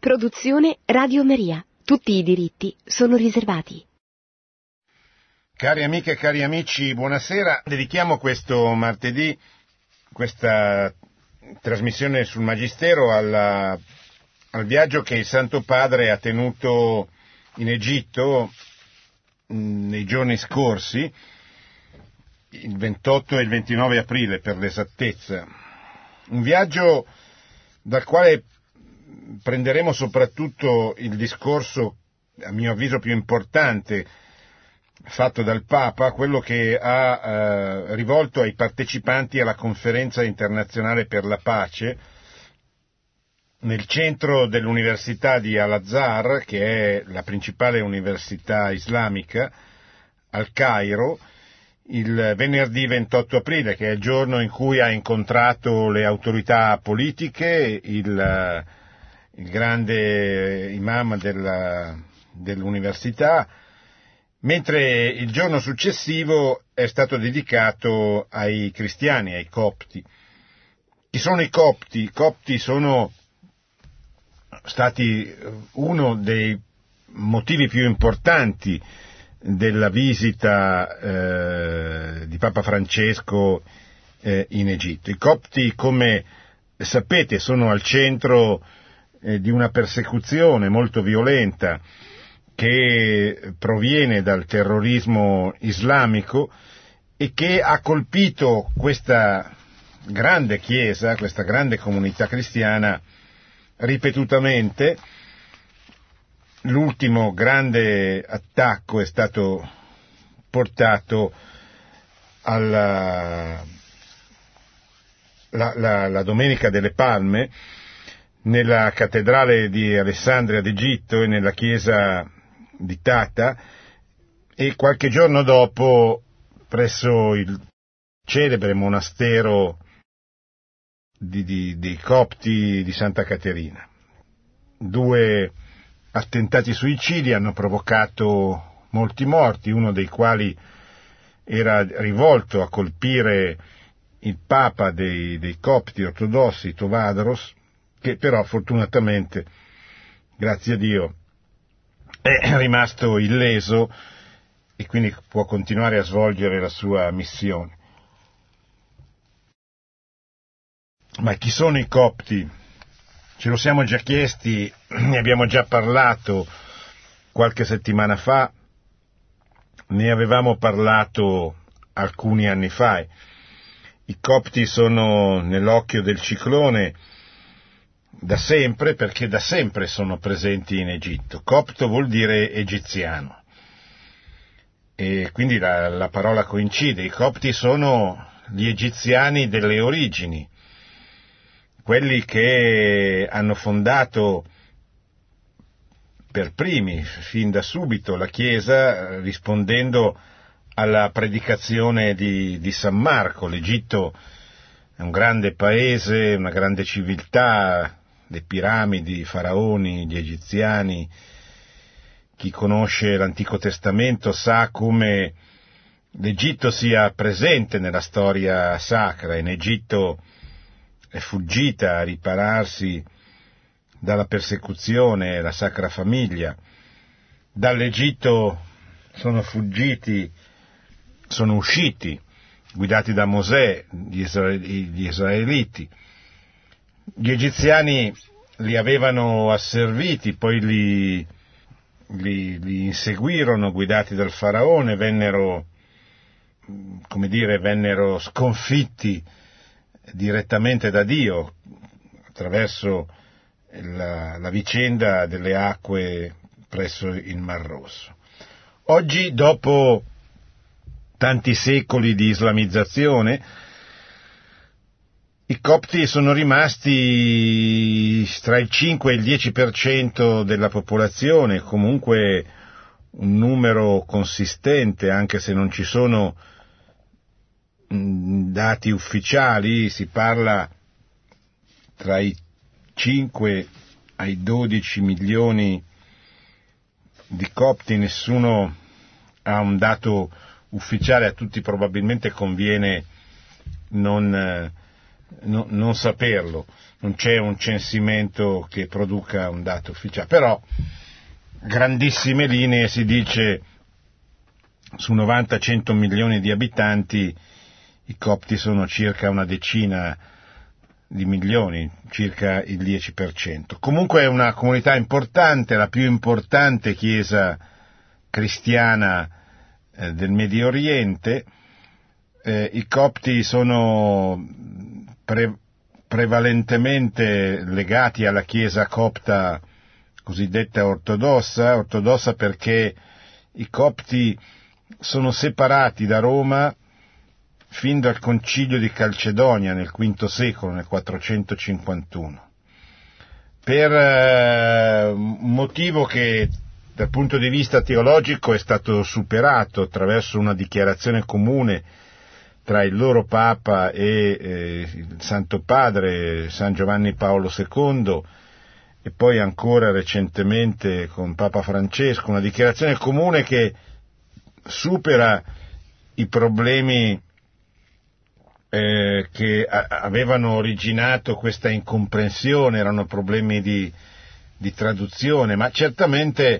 Produzione Radio Maria. Tutti i diritti sono riservati. Cari amiche e cari amici, buonasera. Dedichiamo questo martedì, questa trasmissione sul Magistero al viaggio che il Santo Padre ha tenuto in Egitto nei giorni scorsi, il 28 e il 29 aprile per l'esattezza. Un viaggio dal quale prenderemo soprattutto il discorso, a mio avviso, più importante fatto dal Papa, quello che ha rivolto ai partecipanti alla conferenza internazionale per la pace nel centro dell'Università di Al-Azhar, che è la principale università islamica, al Cairo, il venerdì 28 aprile, che è il giorno in cui ha incontrato le autorità politiche, il grande imam dell'università, mentre il giorno successivo è stato dedicato ai cristiani, ai copti. Chi sono i copti? I copti sono stati uno dei motivi più importanti della visita di Papa Francesco in Egitto. I copti, come sapete, sono al centro di una persecuzione molto violenta che proviene dal terrorismo islamico e che ha colpito questa grande chiesa, questa grande comunità cristiana ripetutamente. L'ultimo grande attacco è stato portato la Domenica delle Palme nella cattedrale di Alessandria d'Egitto e nella chiesa di Tata, e qualche giorno dopo presso il celebre monastero dei Copti di Santa Caterina. 2 attentati suicidi hanno provocato molti morti, uno dei quali era rivolto a colpire il Papa dei Copti ortodossi, Tovadros, che però fortunatamente, grazie a Dio, è rimasto illeso e quindi può continuare a svolgere la sua missione. Ma chi sono i copti? Ce lo siamo già chiesti, ne abbiamo già parlato qualche settimana fa, ne avevamo parlato alcuni anni fa. I copti sono nell'occhio del ciclone da sempre, perché da sempre sono presenti in Egitto. Copto vuol dire egiziano, e quindi la parola coincide. I copti sono gli egiziani delle origini, quelli che hanno fondato per primi, fin da subito, la Chiesa, rispondendo alla predicazione di San Marco. L'Egitto è un grande paese, una grande civiltà, le piramidi, i faraoni, gli egiziani. Chi conosce l'Antico Testamento sa come l'Egitto sia presente nella storia sacra. In Egitto è fuggita a ripararsi dalla persecuzione la Sacra Famiglia. Dall'Egitto sono usciti, guidati da Mosè, gli israeliti. Gli egiziani li avevano asserviti, poi li inseguirono, guidati dal faraone, vennero sconfitti direttamente da Dio attraverso la vicenda delle acque presso il Mar Rosso. Oggi, dopo tanti secoli di islamizzazione, i copti sono rimasti tra il 5 e il 10% della popolazione, comunque un numero consistente, anche se non ci sono dati ufficiali. Si parla tra i 5 ai 12 milioni di copti, nessuno ha un dato ufficiale, a tutti probabilmente conviene non non saperlo, non c'è un censimento che produca un dato ufficiale, però grandissime linee si dice su 90-100 milioni di abitanti i copti sono circa una decina di milioni, circa il 10%. Comunque è una comunità importante, la più importante chiesa cristiana del Medio Oriente. I copti sono prevalentemente legati alla chiesa copta cosiddetta ortodossa perché i copti sono separati da Roma fin dal concilio di Calcedonia nel V secolo, nel 451, per un motivo che dal punto di vista teologico è stato superato attraverso una dichiarazione comune tra il loro Papa e il Santo Padre San Giovanni Paolo II e poi ancora recentemente con Papa Francesco, una dichiarazione comune che supera i problemi che avevano originato questa incomprensione, erano problemi di traduzione, ma certamente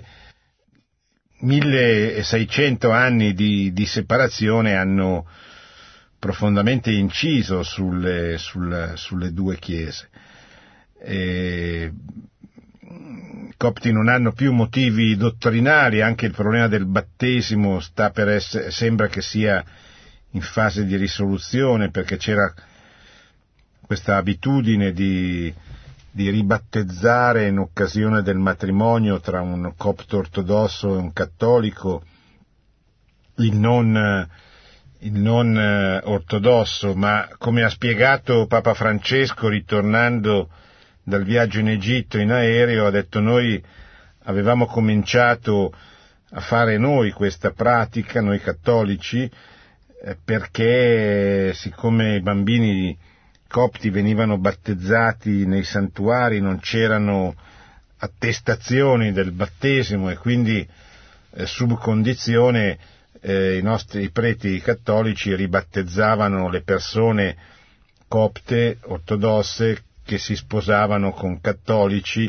1600 anni di separazione hanno profondamente inciso sulle due chiese. I copti non hanno più motivi dottrinari, anche il problema del battesimo sembra che sia in fase di risoluzione, perché c'era questa abitudine di ribattezzare in occasione del matrimonio tra un copto ortodosso e un cattolico il non ortodosso, ma come ha spiegato Papa Francesco ritornando dal viaggio in Egitto in aereo, ha detto: noi avevamo cominciato a fare noi questa pratica, noi cattolici, perché siccome i bambini copti venivano battezzati nei santuari non c'erano attestazioni del battesimo e quindi sub condizione i preti cattolici ribattezzavano le persone copte ortodosse che si sposavano con cattolici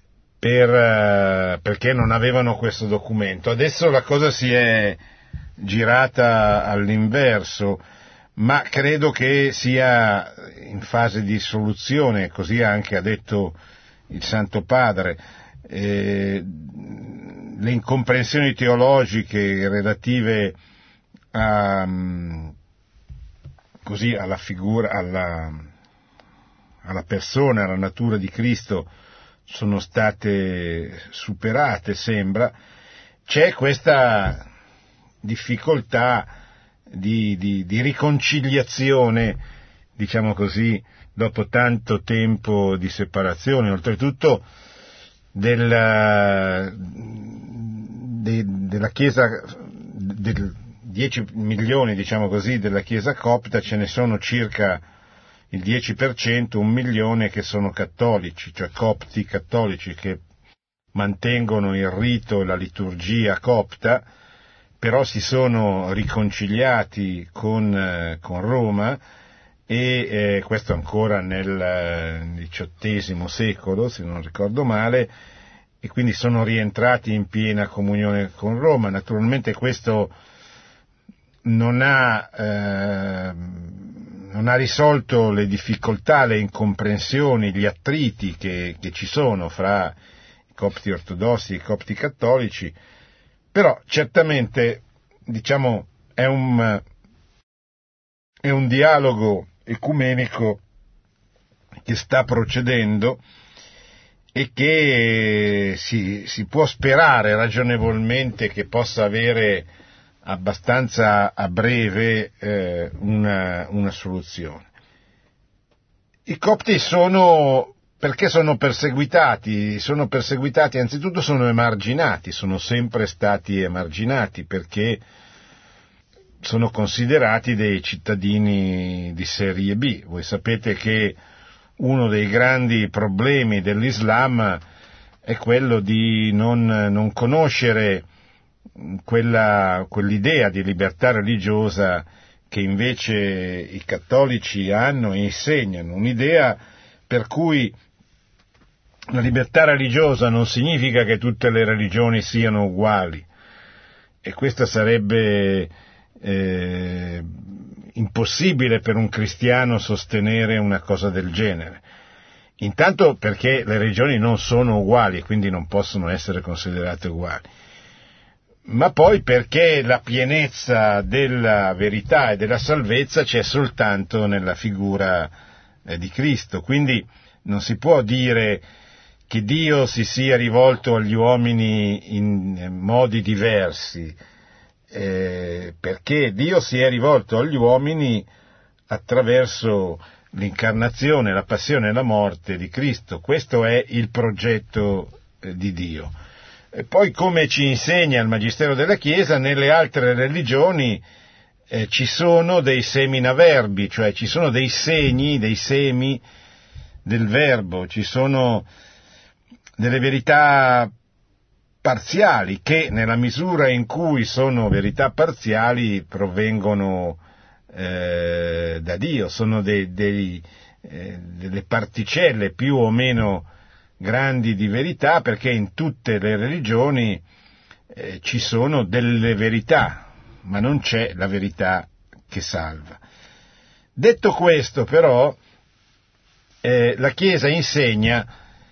perché non avevano questo documento. Adesso la cosa si è girata all'inverso, ma credo che sia in fase di soluzione, così anche ha detto il Santo Padre. Le incomprensioni teologiche relative alla figura, alla persona, alla natura di Cristo sono state superate, sembra. C'è questa difficoltà di riconciliazione, diciamo così, dopo tanto tempo di separazione, oltretutto della Chiesa, del 10 milioni, diciamo così, della Chiesa copta, ce ne sono circa il 10%, 1 milione che sono cattolici, cioè copti cattolici che mantengono il rito e la liturgia copta, però si sono riconciliati con Roma e questo ancora nel XVIII secolo, se non ricordo male, e quindi sono rientrati in piena comunione con Roma. Naturalmente questo non ha risolto le difficoltà, le incomprensioni, gli attriti che ci sono fra i copti ortodossi e i copti cattolici, però certamente, diciamo, è un dialogo ecumenico che sta procedendo e che si può sperare ragionevolmente che possa avere abbastanza a breve una soluzione. I copti perché sono perseguitati? Sono perseguitati, anzitutto sono emarginati, sono sempre stati emarginati perché sono considerati dei cittadini di serie B. Voi sapete che uno dei grandi problemi dell'Islam è quello di non conoscere quell'idea di libertà religiosa che invece i cattolici hanno e insegnano, un'idea per cui la libertà religiosa non significa che tutte le religioni siano uguali, e questo sarebbe impossibile per un cristiano sostenere una cosa del genere. Intanto perché le religioni non sono uguali e quindi non possono essere considerate uguali, ma poi perché la pienezza della verità e della salvezza c'è soltanto nella figura di Cristo. Quindi non si può dire che Dio si sia rivolto agli uomini in modi diversi, perché Dio si è rivolto agli uomini attraverso l'incarnazione, la passione e la morte di Cristo. Questo è il progetto di Dio. E poi, come ci insegna il Magistero della Chiesa, nelle altre religioni ci sono dei seminaverbi, cioè ci sono dei segni, dei semi del verbo, ci sono delle verità parziali che, nella misura in cui sono verità parziali, provengono da Dio, sono delle particelle più o meno grandi di verità, perché in tutte le religioni ci sono delle verità, ma non c'è la verità che salva. Detto questo, però, la Chiesa insegna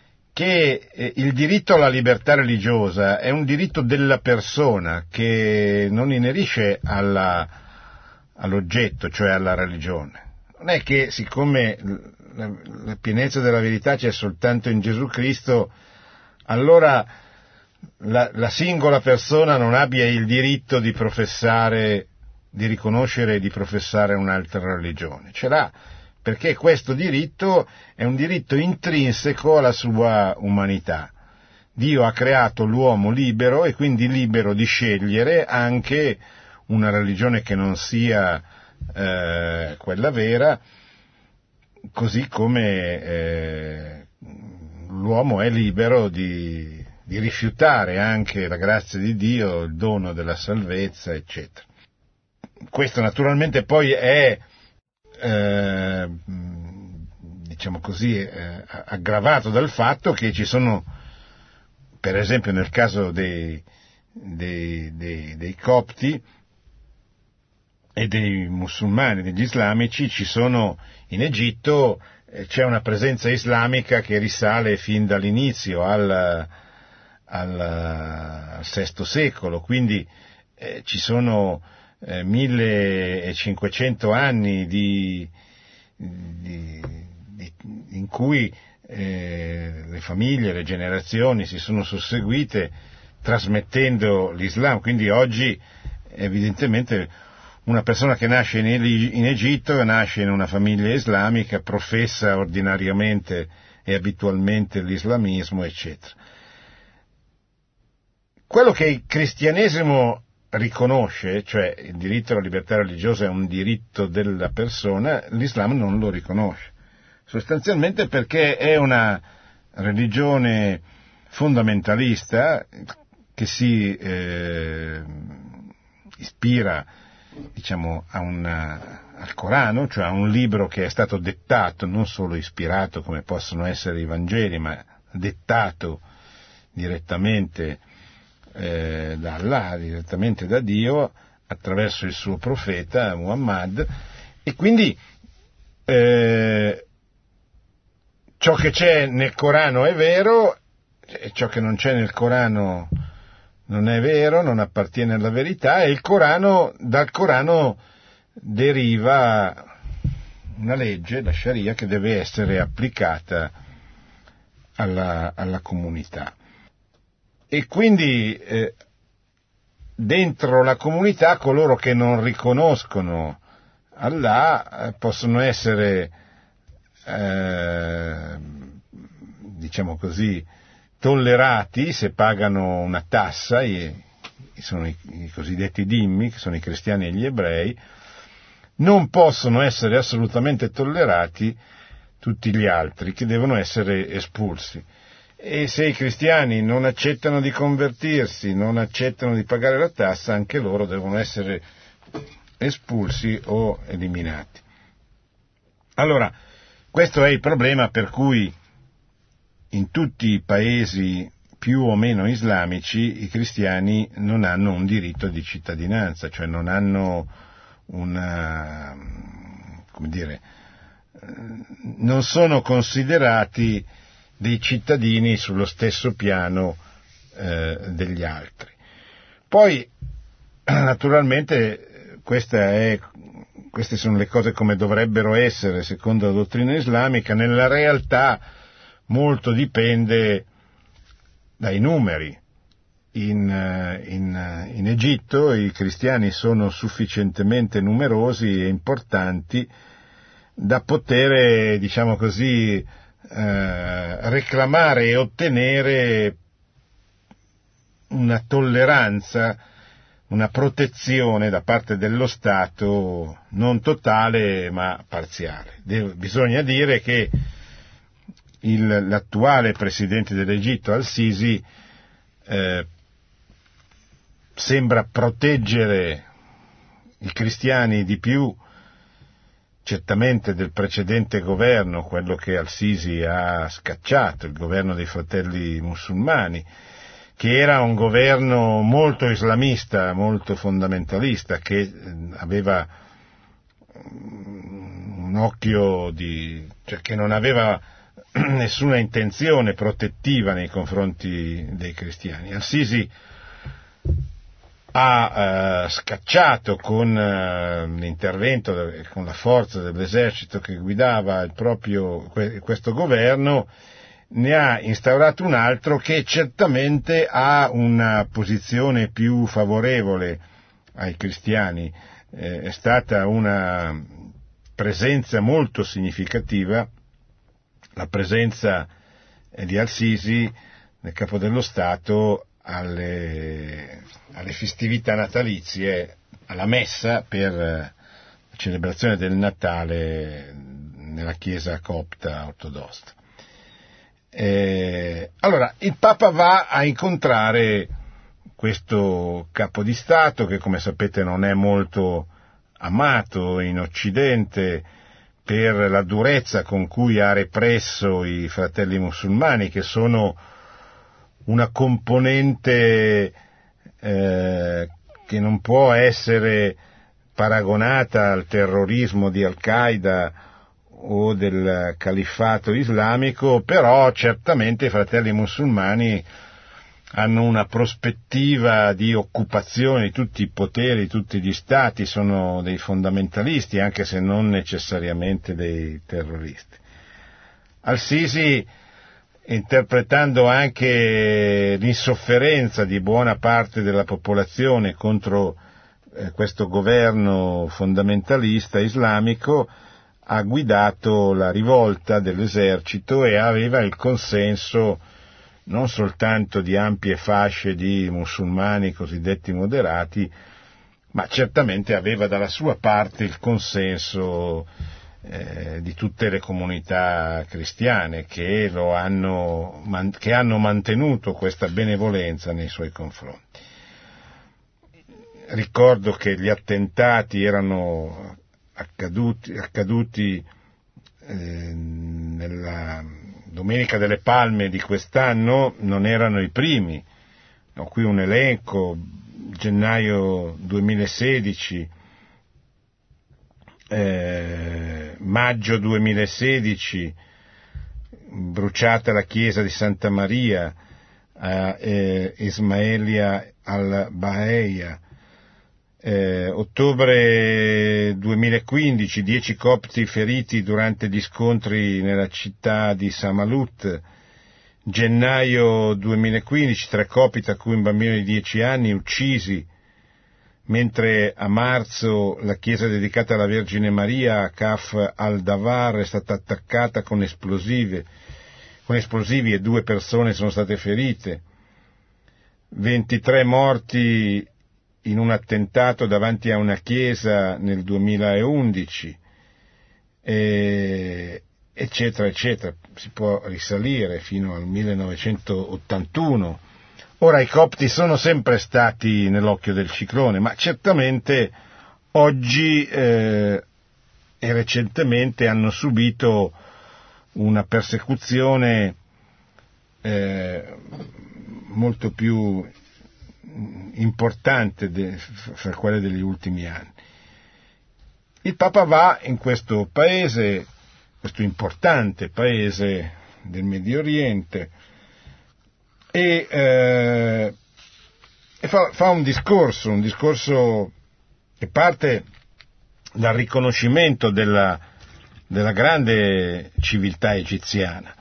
che il diritto alla libertà religiosa è un diritto della persona che non inerisce all'oggetto, cioè alla religione. Non è che, siccome la pienezza della verità c'è soltanto in Gesù Cristo, allora la singola persona non abbia il diritto di professare, di riconoscere e di professare un'altra religione. Ce l'ha, perché questo diritto è un diritto intrinseco alla sua umanità. Dio ha creato l'uomo libero e quindi libero di scegliere anche una religione che non sia quella vera, così come l'uomo è libero di rifiutare anche la grazia di Dio, il dono della salvezza, eccetera. Questo naturalmente poi è diciamo così, aggravato dal fatto che ci sono, per esempio nel caso dei copti e dei musulmani, degli islamici, ci sono in Egitto, c'è una presenza islamica che risale fin dall'inizio al VI secolo, quindi ci sono 1500 anni in cui le famiglie, le generazioni si sono susseguite trasmettendo l'Islam. Quindi oggi evidentemente una persona che nasce in Egitto nasce in una famiglia islamica, professa ordinariamente e abitualmente l'islamismo, eccetera. Quello che il cristianesimo riconosce, cioè il diritto alla libertà religiosa è un diritto della persona, l'Islam non lo riconosce, sostanzialmente perché è una religione fondamentalista che si ispira, diciamo, al Corano, cioè a un libro che è stato dettato, non solo ispirato come possono essere i Vangeli, ma dettato direttamente da Allah, direttamente da Dio, attraverso il suo profeta Muhammad, e quindi ciò che c'è nel Corano è vero, e ciò che non c'è nel Corano non è vero, non appartiene alla verità, e dal Corano deriva una legge, la Sharia, che deve essere applicata alla comunità. E quindi dentro la comunità coloro che non riconoscono Allah possono essere, diciamo così, tollerati se pagano una tassa, sono i cosiddetti dhimmi, che sono i cristiani e gli ebrei. Non possono essere assolutamente tollerati tutti gli altri, che devono essere espulsi. E se i cristiani non accettano di convertirsi, non accettano di pagare la tassa, anche loro devono essere espulsi o eliminati. Allora, questo è il problema per cui in tutti i paesi più o meno islamici i cristiani non hanno un diritto di cittadinanza, cioè non hanno non sono considerati dei cittadini sullo stesso piano degli altri. Poi, naturalmente, queste sono le cose come dovrebbero essere secondo la dottrina islamica. Nella realtà molto dipende dai numeri. In Egitto i cristiani sono sufficientemente numerosi e importanti da poter, diciamo così, reclamare e ottenere una tolleranza, una protezione da parte dello Stato non totale ma parziale. Bisogna dire che l'attuale presidente dell'Egitto, Al-Sisi, sembra proteggere i cristiani di più certamente del precedente governo, quello che Al-Sisi ha scacciato, il governo dei fratelli musulmani, che era un governo molto islamista, molto fondamentalista, che aveva un occhio cioè che non aveva nessuna intenzione protettiva nei confronti dei cristiani. Al-Sisi ha scacciato con l'intervento, con la forza dell'esercito che guidava questo governo, ne ha instaurato un altro che certamente ha una posizione più favorevole ai cristiani. È stata una presenza molto significativa, la presenza di Al-Sisi nel Capo dello Stato alle festività natalizie, alla messa per la celebrazione del Natale nella chiesa copta ortodossa. Allora, il Papa va a incontrare questo capo di Stato che, come sapete, non è molto amato in Occidente per la durezza con cui ha represso i fratelli musulmani, che sono una componente che non può essere paragonata al terrorismo di Al-Qaeda o del califfato islamico, però certamente i fratelli musulmani hanno una prospettiva di occupazione di tutti i poteri, di tutti gli stati, sono dei fondamentalisti, anche se non necessariamente dei terroristi. Al-Sisi, interpretando anche l'insofferenza di buona parte della popolazione contro questo governo fondamentalista islamico, ha guidato la rivolta dell'esercito e aveva il consenso non soltanto di ampie fasce di musulmani cosiddetti moderati, ma certamente aveva dalla sua parte il consenso di tutte le comunità cristiane che hanno mantenuto questa benevolenza nei suoi confronti. Ricordo che gli attentati erano accaduti nella Domenica delle Palme di quest'anno, non erano i primi. Ho qui un elenco: gennaio 2016, maggio 2016, bruciata la chiesa di Santa Maria a Ismailia al-Baheia. Ottobre 2015, 10 copti feriti durante gli scontri nella città di Samalut. Gennaio 2015, 3 copti, tra cui un bambino di 10 anni, uccisi, mentre a marzo la chiesa dedicata alla Vergine Maria a Kaf al-Davar è stata attaccata con esplosivi e 2 persone sono state ferite. 23 morti in un attentato davanti a una chiesa nel 2011, eccetera, eccetera. Si può risalire fino al 1981. Ora, i copti sono sempre stati nell'occhio del ciclone, ma certamente oggi e recentemente hanno subito una persecuzione molto più importante fra quelle degli ultimi anni. Il Papa va in questo paese, questo importante paese del Medio Oriente, e fa un discorso che parte dal riconoscimento della grande civiltà egiziana.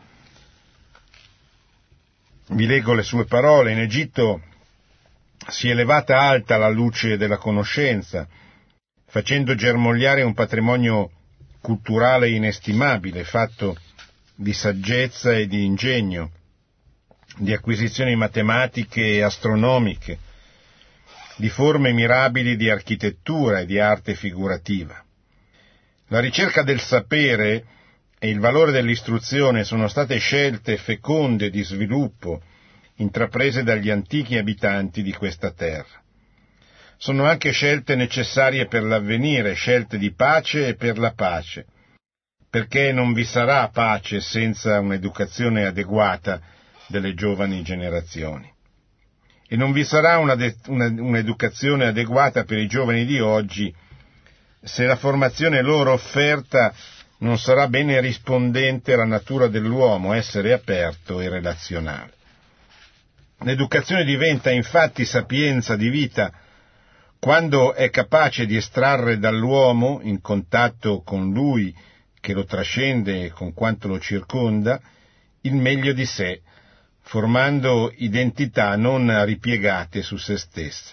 Vi leggo le sue parole: in Egitto si è levata alta la luce della conoscenza, facendo germogliare un patrimonio culturale inestimabile, fatto di saggezza e di ingegno, di acquisizioni matematiche e astronomiche, di forme mirabili di architettura e di arte figurativa. La ricerca del sapere e il valore dell'istruzione sono state scelte feconde di sviluppo intraprese dagli antichi abitanti di questa terra. Sono anche scelte necessarie per l'avvenire, scelte di pace e per la pace, perché non vi sarà pace senza un'educazione adeguata delle giovani generazioni. E non vi sarà un'educazione adeguata per i giovani di oggi se la formazione loro offerta non sarà bene rispondente alla natura dell'uomo, essere aperto e relazionale. L'educazione diventa infatti sapienza di vita quando è capace di estrarre dall'uomo, in contatto con lui che lo trascende e con quanto lo circonda, il meglio di sé, formando identità non ripiegate su se stesse.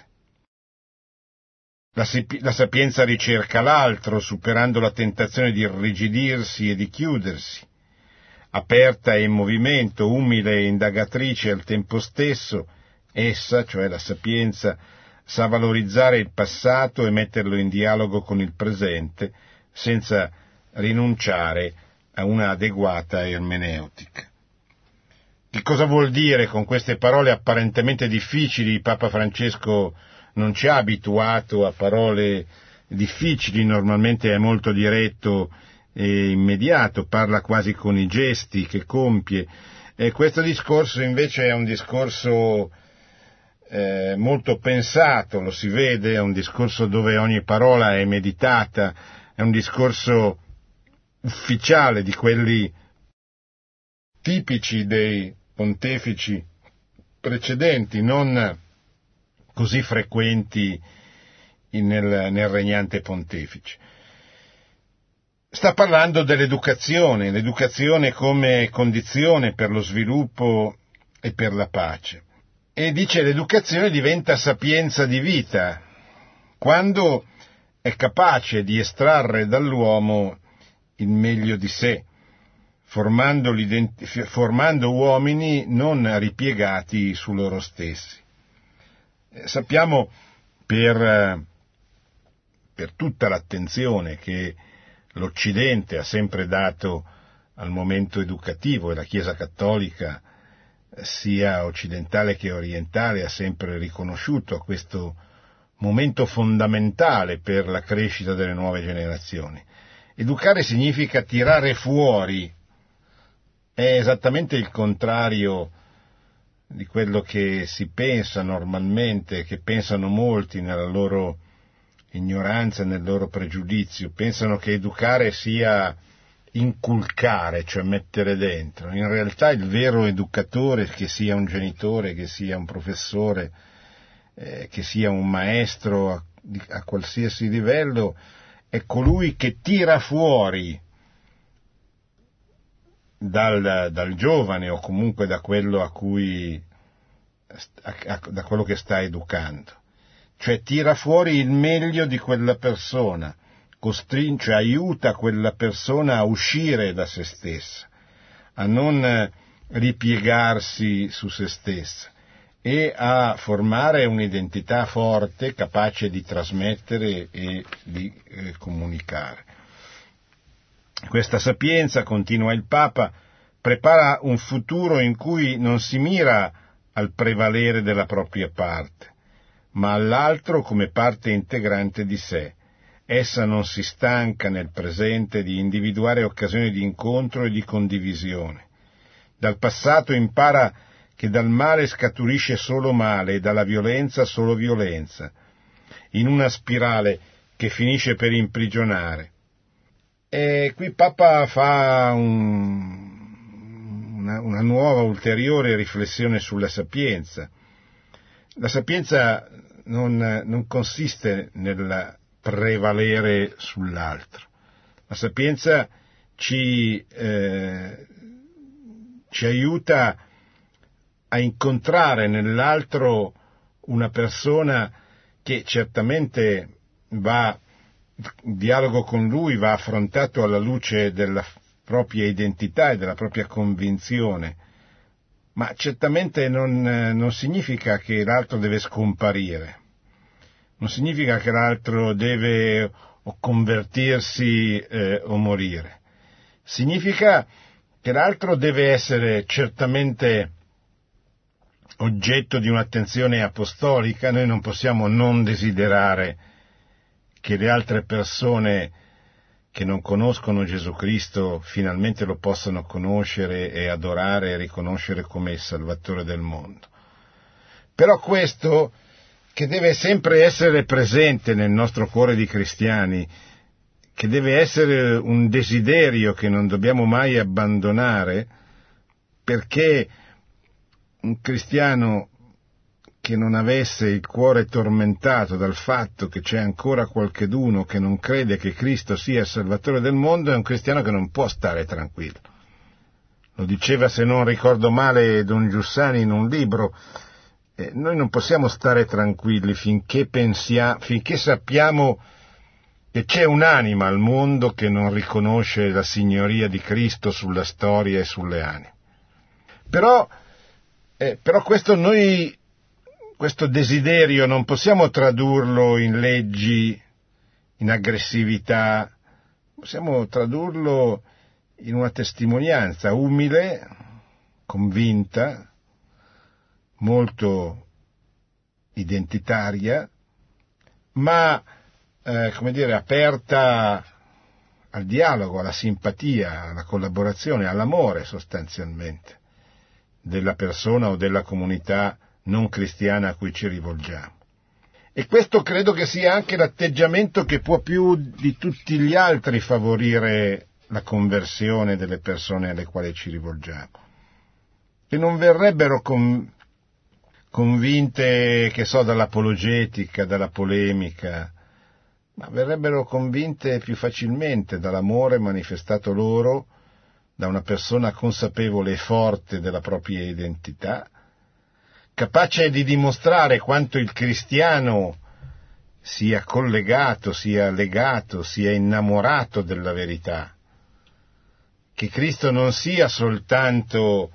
La sapienza ricerca l'altro, superando la tentazione di irrigidirsi e di chiudersi. Aperta e in movimento, umile e indagatrice al tempo stesso, essa, cioè la sapienza, sa valorizzare il passato e metterlo in dialogo con il presente, senza rinunciare a una adeguata ermeneutica. Che cosa vuol dire con queste parole apparentemente difficili? Papa Francesco non ci ha abituato a parole difficili, normalmente è molto diretto e immediato, parla quasi con i gesti che compie. E questo discorso invece è un discorso molto pensato, lo si vede, è un discorso dove ogni parola è meditata, è un discorso ufficiale di quelli tipici dei pontefici precedenti, non così frequenti nel regnante pontefice. Sta parlando dell'educazione, l'educazione come condizione per lo sviluppo e per la pace. E dice l'educazione diventa sapienza di vita quando è capace di estrarre dall'uomo il meglio di sé, formando uomini non ripiegati su loro stessi. Sappiamo per tutta l'attenzione che l'Occidente ha sempre dato al momento educativo, e la Chiesa Cattolica, sia occidentale che orientale, ha sempre riconosciuto questo momento fondamentale per la crescita delle nuove generazioni. Educare significa tirare fuori, è esattamente il contrario di quello che si pensa normalmente, che pensano molti nella loro ignoranza e nel loro pregiudizio. Pensano che educare sia inculcare, cioè mettere dentro. In realtà il vero educatore, che sia un genitore, che sia un professore, che sia un maestro a qualsiasi livello, è colui che tira fuori dal giovane, o comunque da quello da quello che sta educando, cioè tira fuori il meglio di quella persona, costringe, aiuta quella persona a uscire da se stessa, a non ripiegarsi su se stessa e a formare un'identità forte, capace di trasmettere e di comunicare. Questa sapienza, continua il Papa, prepara un futuro in cui non si mira al prevalere della propria parte, ma all'altro come parte integrante di sé, essa non si stanca nel presente di individuare occasioni di incontro e di condivisione. Dal passato impara che dal male scaturisce solo male e dalla violenza solo violenza, in una spirale che finisce per imprigionare. E qui Papa fa una nuova, ulteriore riflessione sulla sapienza. La sapienza non consiste nel prevalere sull'altro. La sapienza ci aiuta a incontrare nell'altro una persona che certamente il dialogo con lui va affrontato alla luce della propria identità e della propria convinzione, ma certamente non significa che l'altro deve scomparire, non significa che l'altro deve o convertirsi o morire, significa che l'altro deve essere certamente oggetto di un'attenzione apostolica. Noi non possiamo non desiderare che le altre persone che non conoscono Gesù Cristo finalmente lo possano conoscere e adorare e riconoscere come il Salvatore del mondo. Però questo, che deve sempre essere presente nel nostro cuore di cristiani, che deve essere un desiderio che non dobbiamo mai abbandonare, perché un cristiano che non avesse il cuore tormentato dal fatto che c'è ancora qualcheduno che non crede che Cristo sia il Salvatore del mondo è un cristiano che non può stare tranquillo. Lo diceva, se non ricordo male, Don Giussani in un libro. Noi non possiamo stare tranquilli finché sappiamo che c'è un'anima al mondo che non riconosce la signoria di Cristo sulla storia e sulle anime. Però questo desiderio non possiamo tradurlo in leggi, in aggressività, possiamo tradurlo in una testimonianza umile, convinta, molto identitaria, ma aperta al dialogo, alla simpatia, alla collaborazione, all'amore sostanzialmente della persona o della comunità non cristiana a cui ci rivolgiamo. E questo credo che sia anche l'atteggiamento che può più di tutti gli altri favorire la conversione delle persone alle quali ci rivolgiamo, che non verrebbero convinte, dall'apologetica, dalla polemica, ma verrebbero convinte più facilmente dall'amore manifestato loro da una persona consapevole e forte della propria identità, capace di dimostrare quanto il cristiano sia collegato, sia legato, sia innamorato della verità, che Cristo non sia soltanto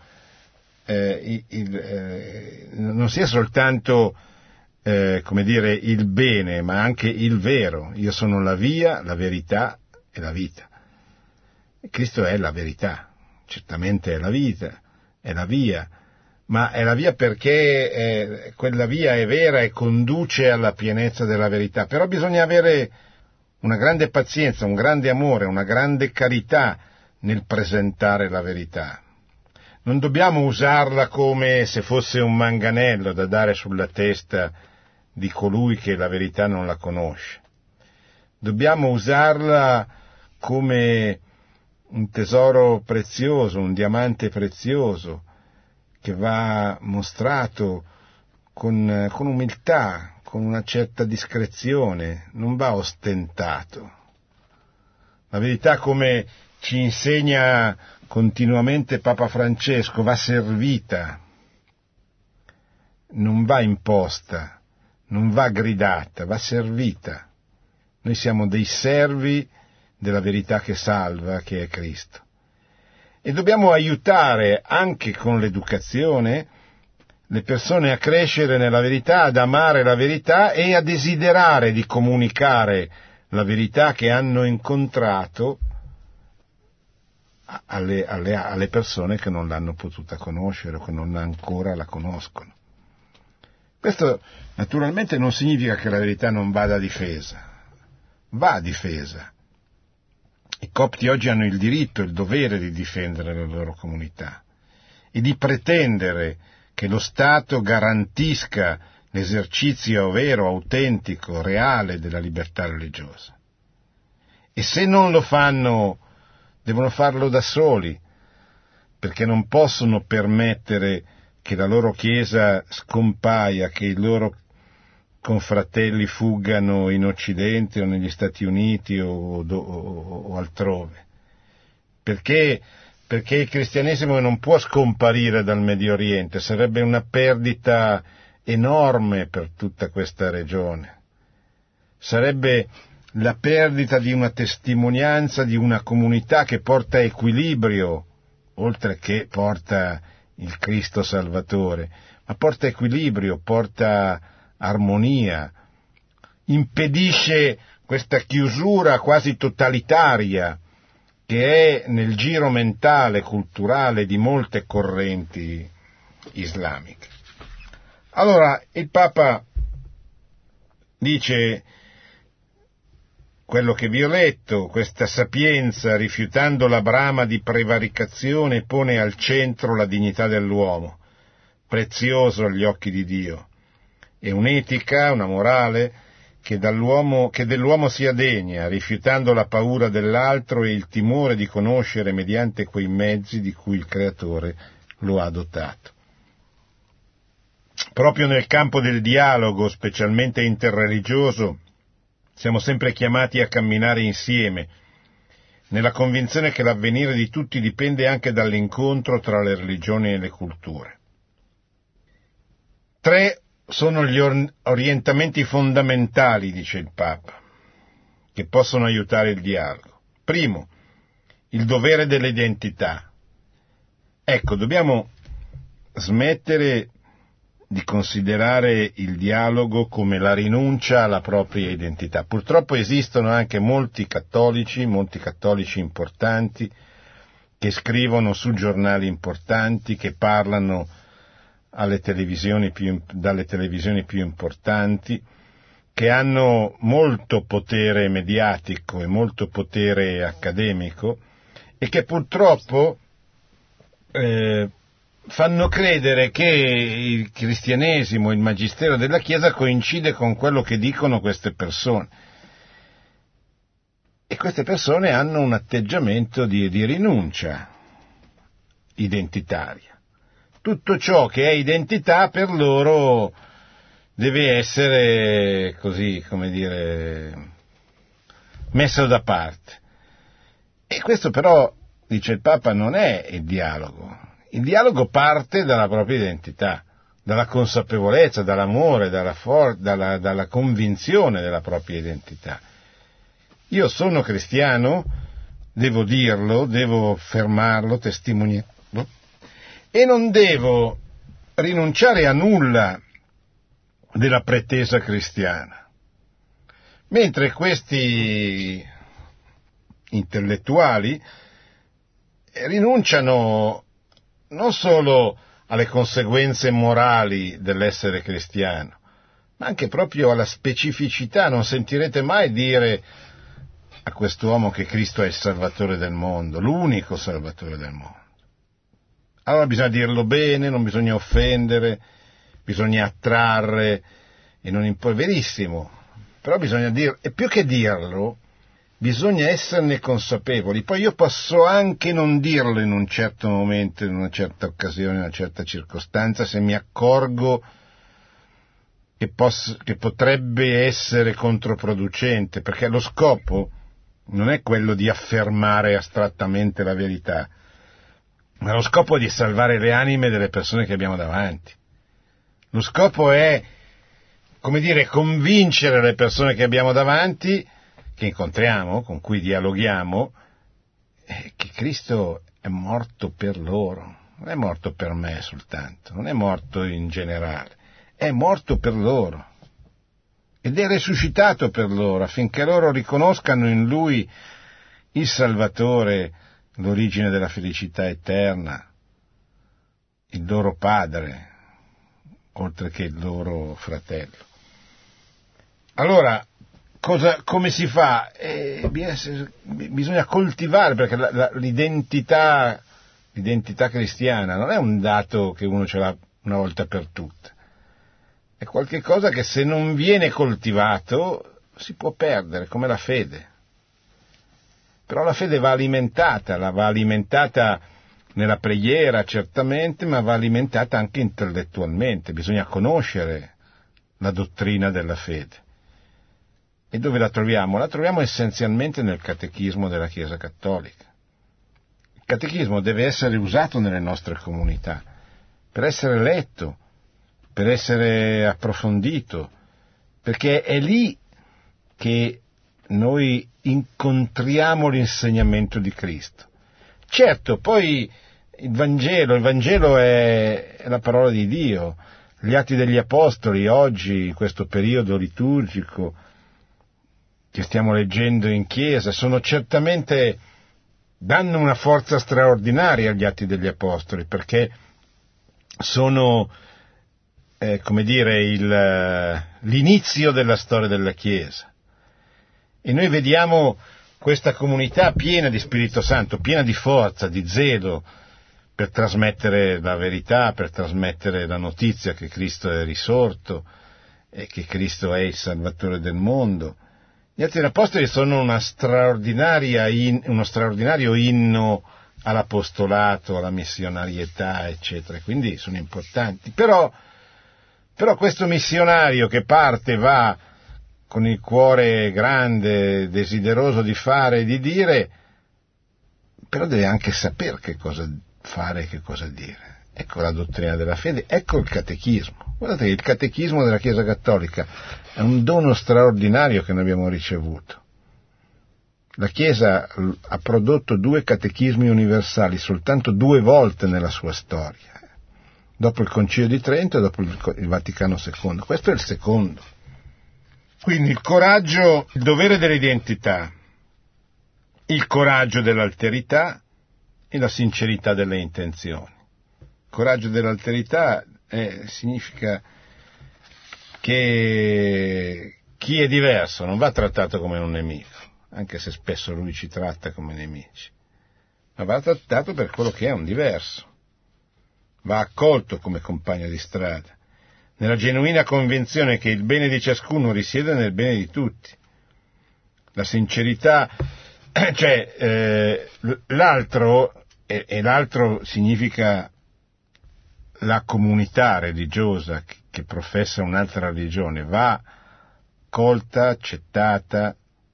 il bene, ma anche il vero. Io sono la via, la verità e la vita. E Cristo è la verità, certamente è la vita, è la via, ma è la via perché quella via è vera e conduce alla pienezza della verità. Però bisogna avere una grande pazienza, un grande amore, una grande carità nel presentare la verità. Non dobbiamo usarla come se fosse un manganello da dare sulla testa di colui che la verità non la conosce. Dobbiamo usarla come un tesoro prezioso, un diamante prezioso, che va mostrato con umiltà, con una certa discrezione, non va ostentato. La verità, come ci insegna continuamente Papa Francesco, va servita, non va imposta, non va gridata, va servita. Noi siamo dei servi della verità che salva, che è Cristo. E dobbiamo aiutare anche con l'educazione le persone a crescere nella verità, ad amare la verità e a desiderare di comunicare la verità che hanno incontrato alle persone che non l'hanno potuta conoscere o che non ancora la conoscono. Questo naturalmente non significa che la verità non vada difesa. va difesa. I copti oggi hanno il diritto, il dovere di difendere la loro comunità e di pretendere che lo Stato garantisca l'esercizio vero, autentico, reale della libertà religiosa. E se non lo fanno, devono farlo da soli, perché non possono permettere che la loro Chiesa scompaia, che i loro confratelli fuggano in Occidente o negli Stati Uniti o altrove. Perché il cristianesimo non può scomparire dal Medio Oriente, sarebbe una perdita enorme per tutta questa regione. Sarebbe la perdita di una testimonianza, di una comunità che porta equilibrio, oltre che porta il Cristo Salvatore, ma porta equilibrio, porta armonia, impedisce questa chiusura quasi totalitaria che è nel giro mentale, culturale di molte correnti islamiche. Allora, il Papa dice quello che vi ho letto: questa sapienza, rifiutando la brama di prevaricazione, pone al centro la dignità dell'uomo, prezioso agli occhi di Dio, e un'etica, una morale, che dell'uomo sia degna, rifiutando la paura dell'altro e il timore di conoscere mediante quei mezzi di cui il Creatore lo ha dotato. Proprio nel campo del dialogo, specialmente interreligioso, siamo sempre chiamati a camminare insieme, nella convinzione che l'avvenire di tutti dipende anche dall'incontro tra le religioni e le culture. 3 sono gli orientamenti fondamentali, dice il Papa, che possono aiutare il dialogo. Primo, il dovere dell'identità. Ecco, dobbiamo smettere di considerare il dialogo come la rinuncia alla propria identità. Purtroppo esistono anche molti cattolici importanti, che scrivono su giornali importanti, che parlano dalle televisioni più importanti, che hanno molto potere mediatico e molto potere accademico e che purtroppo fanno credere che il cristianesimo, il magistero della Chiesa coincide con quello che dicono queste persone. E queste persone hanno un atteggiamento di rinuncia identitaria. Tutto ciò che è identità per loro deve essere, così, come dire, messo da parte. E questo però, dice il Papa, non è il dialogo. Il dialogo parte dalla propria identità, dalla consapevolezza, dall'amore, dalla convinzione della propria identità. Io sono cristiano, devo dirlo, devo affermarlo, testimoniarlo, e non devo rinunciare a nulla della pretesa cristiana. Mentre questi intellettuali rinunciano non solo alle conseguenze morali dell'essere cristiano, ma anche proprio alla specificità. Non sentirete mai dire a quest'uomo che Cristo è il Salvatore del mondo, l'unico Salvatore del mondo. Allora bisogna dirlo bene, non bisogna offendere, bisogna attrarre e non imporre. Verissimo, però bisogna dirlo, e più che dirlo, bisogna esserne consapevoli. Poi io posso anche non dirlo in un certo momento, in una certa occasione, in una certa circostanza, se mi accorgo che potrebbe essere controproducente, perché lo scopo non è quello di affermare astrattamente la verità, ma lo scopo è di salvare le anime delle persone che abbiamo davanti. Lo scopo è, come dire, convincere le persone che abbiamo davanti, che incontriamo, con cui dialoghiamo, che Cristo è morto per loro, non è morto per me soltanto, non è morto in generale, è morto per loro ed è risuscitato per loro, affinché loro riconoscano in Lui il Salvatore, l'origine della felicità eterna, il loro Padre, oltre che il loro fratello. Allora, come si fa? Bisogna coltivare, perché l'identità cristiana non è un dato che uno ce l'ha una volta per tutte. È qualcosa che se non viene coltivato si può perdere, come la fede. Però la fede va alimentata nella preghiera certamente, ma va alimentata anche intellettualmente. Bisogna conoscere la dottrina della fede. E dove la troviamo? La troviamo essenzialmente nel catechismo della Chiesa Cattolica. Il catechismo deve essere usato nelle nostre comunità, per essere letto, per essere approfondito, perché è lì che noi incontriamo l'insegnamento di Cristo. Certo, poi il Vangelo è la parola di Dio. Gli Atti degli Apostoli oggi, in questo periodo liturgico che stiamo leggendo in Chiesa, danno una forza straordinaria agli Atti degli Apostoli, perché sono, l'inizio della storia della Chiesa. E noi vediamo questa comunità piena di Spirito Santo, piena di forza, di zelo, per trasmettere la verità, per trasmettere la notizia che Cristo è risorto e che Cristo è il Salvatore del mondo. Gli Atti degli Apostoli sono uno straordinario inno all'apostolato, alla missionarietà, eccetera, quindi sono importanti. Però questo missionario che parte va con il cuore grande, desideroso di fare e di dire, però deve anche sapere che cosa fare e che cosa dire. Ecco la dottrina della fede, ecco il catechismo. Guardate che il catechismo della Chiesa Cattolica è un dono straordinario che noi abbiamo ricevuto. La Chiesa ha prodotto 2 catechismi universali soltanto 2 volte nella sua storia, dopo il Concilio di Trento e dopo il Vaticano II. Questo è il secondo. Quindi il coraggio, il dovere dell'identità, il coraggio dell'alterità e la sincerità delle intenzioni. Il coraggio dell'alterità significa che chi è diverso non va trattato come un nemico, anche se spesso lui ci tratta come nemici, ma va trattato per quello che è un diverso, va accolto come compagno di strada, nella genuina convinzione che il bene di ciascuno risiede nel bene di tutti. La sincerità, l'altro significa la comunità religiosa che professa un'altra religione, va colta, accettata,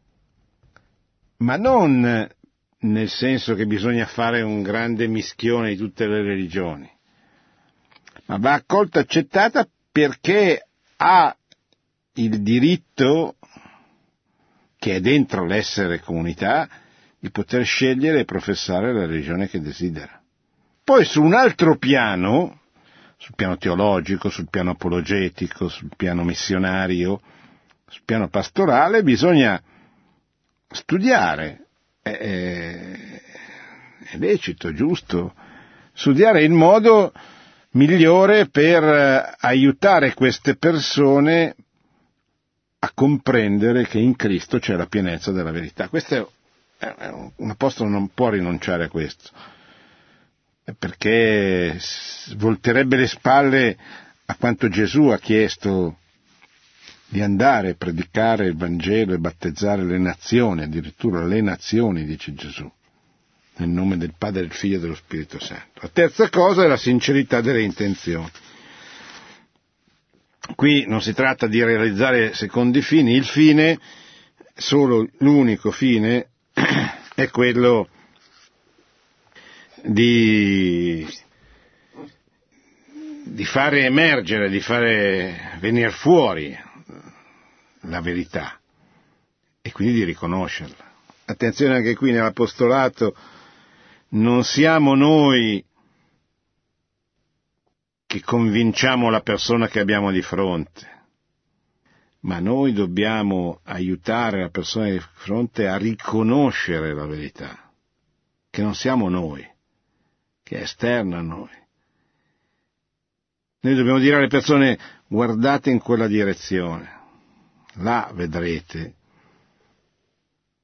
ma non nel senso che bisogna fare un grande mischione di tutte le religioni, ma va accolta, accettata perché ha il diritto, che è dentro l'essere comunità, di poter scegliere e professare la religione che desidera. Poi su un altro piano, sul piano teologico, sul piano apologetico, sul piano missionario, sul piano pastorale, bisogna studiare, è lecito, giusto, studiare il modo migliore per aiutare queste persone a comprendere che in Cristo c'è la pienezza della verità. Un apostolo non può rinunciare a questo, perché volterebbe le spalle a quanto Gesù ha chiesto di andare a predicare il Vangelo e battezzare le nazioni, addirittura le nazioni, dice Gesù, nel nome del Padre, del Figlio e dello Spirito Santo. La terza cosa è la sincerità delle intenzioni. Qui non si tratta di realizzare secondi fini, il fine, solo l'unico fine, è quello di fare emergere, di fare venire fuori la verità e quindi di riconoscerla. Attenzione anche qui nell'apostolato, non siamo noi che convinciamo la persona che abbiamo di fronte, ma noi dobbiamo aiutare la persona di fronte a riconoscere la verità, che non siamo noi, che è esterna a noi. Noi dobbiamo dire alle persone: guardate in quella direzione, là vedrete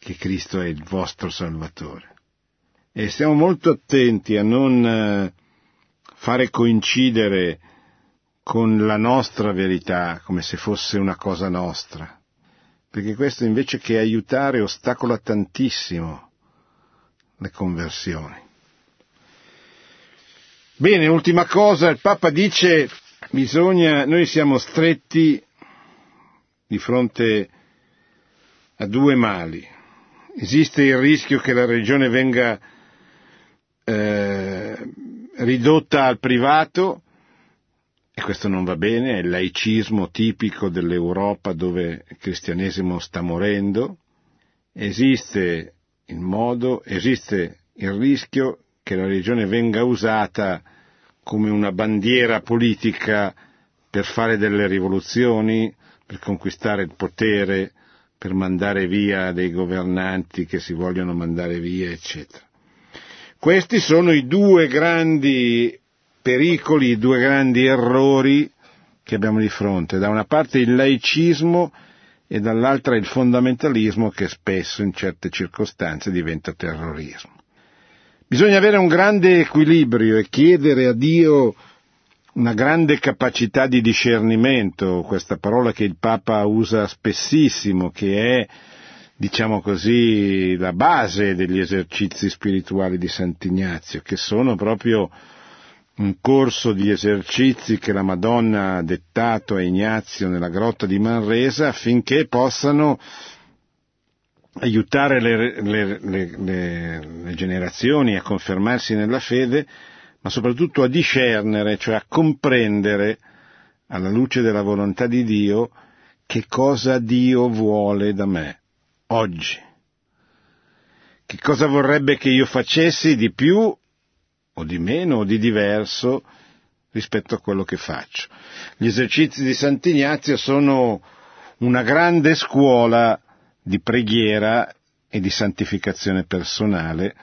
che Cristo è il vostro Salvatore. E stiamo molto attenti a non fare coincidere con la nostra verità come se fosse una cosa nostra, perché questo invece che aiutare ostacola tantissimo le conversioni. Bene, ultima cosa, il Papa dice noi siamo stretti di fronte a due mali. Esiste il rischio che la religione venga ridotta al privato, e questo non va bene, è il laicismo tipico dell'Europa dove il cristianesimo sta morendo. Esiste il rischio che la religione venga usata come una bandiera politica per fare delle rivoluzioni, per conquistare il potere, per mandare via dei governanti che si vogliono mandare via, eccetera. Questi sono i due grandi pericoli, i due grandi errori che abbiamo di fronte. Da una parte il laicismo e dall'altra il fondamentalismo che spesso in certe circostanze diventa terrorismo. Bisogna avere un grande equilibrio e chiedere a Dio una grande capacità di discernimento, questa parola che il Papa usa spessissimo, che è, diciamo così, la base degli esercizi spirituali di Sant'Ignazio, che sono proprio un corso di esercizi che la Madonna ha dettato a Ignazio nella grotta di Manresa affinché possano aiutare le generazioni a confermarsi nella fede, ma soprattutto a discernere, cioè a comprendere, alla luce della volontà di Dio, che cosa Dio vuole da me, oggi. Che cosa vorrebbe che io facessi di più, o di meno, o di diverso, rispetto a quello che faccio. Gli esercizi di Sant'Ignazio sono una grande scuola di preghiera e di santificazione personale,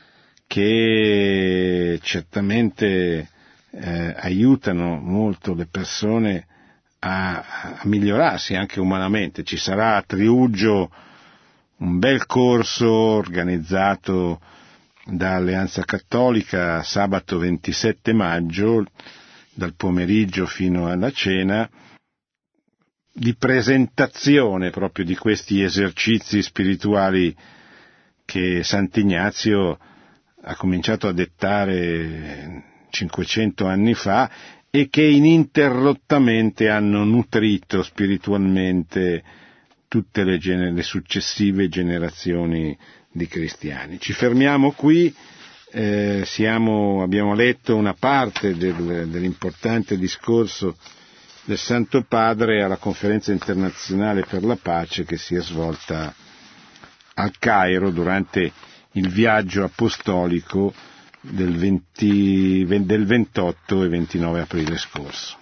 che certamente aiutano molto le persone a migliorarsi anche umanamente. Ci sarà a Triuggio un bel corso organizzato da Alleanza Cattolica sabato 27 maggio, dal pomeriggio fino alla cena, di presentazione proprio di questi esercizi spirituali che Sant'Ignazio ha cominciato a dettare 500 anni fa e che ininterrottamente hanno nutrito spiritualmente tutte le successive generazioni di cristiani. Ci fermiamo qui, abbiamo letto una parte dell'importante discorso del Santo Padre alla Conferenza internazionale per la pace che si è svolta al Cairo durante il viaggio apostolico del 28 e 29 aprile scorso.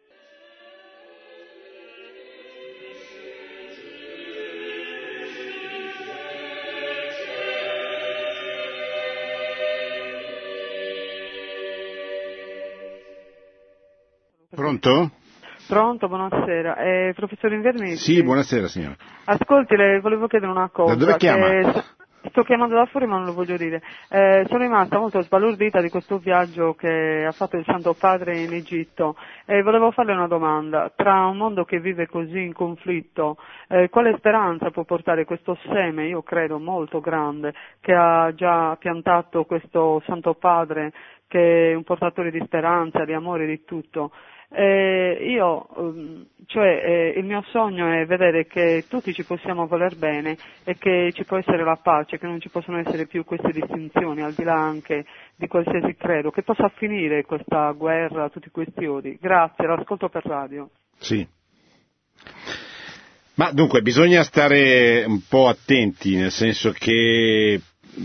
Pronto? Pronto, buonasera. Professor Invernizzi? Sì, buonasera signora. Ascolti, le volevo chiedere una cosa. Da dove chiama? Sto chiamando da fuori ma non lo voglio dire. Sono rimasta molto sbalordita di questo viaggio che ha fatto il Santo Padre in Egitto e volevo farle una domanda. Tra un mondo che vive così in conflitto, quale speranza può portare questo seme, io credo molto grande, che ha già piantato questo Santo Padre, che è un portatore di speranza, di amore, di tutto? Il mio sogno è vedere che tutti ci possiamo voler bene e che ci può essere la pace, che non ci possono essere più queste distinzioni al di là anche di qualsiasi credo, che possa finire questa guerra, tutti questi odi. Grazie, l'ascolto per radio. Sì. Ma dunque bisogna stare un po' attenti, nel senso che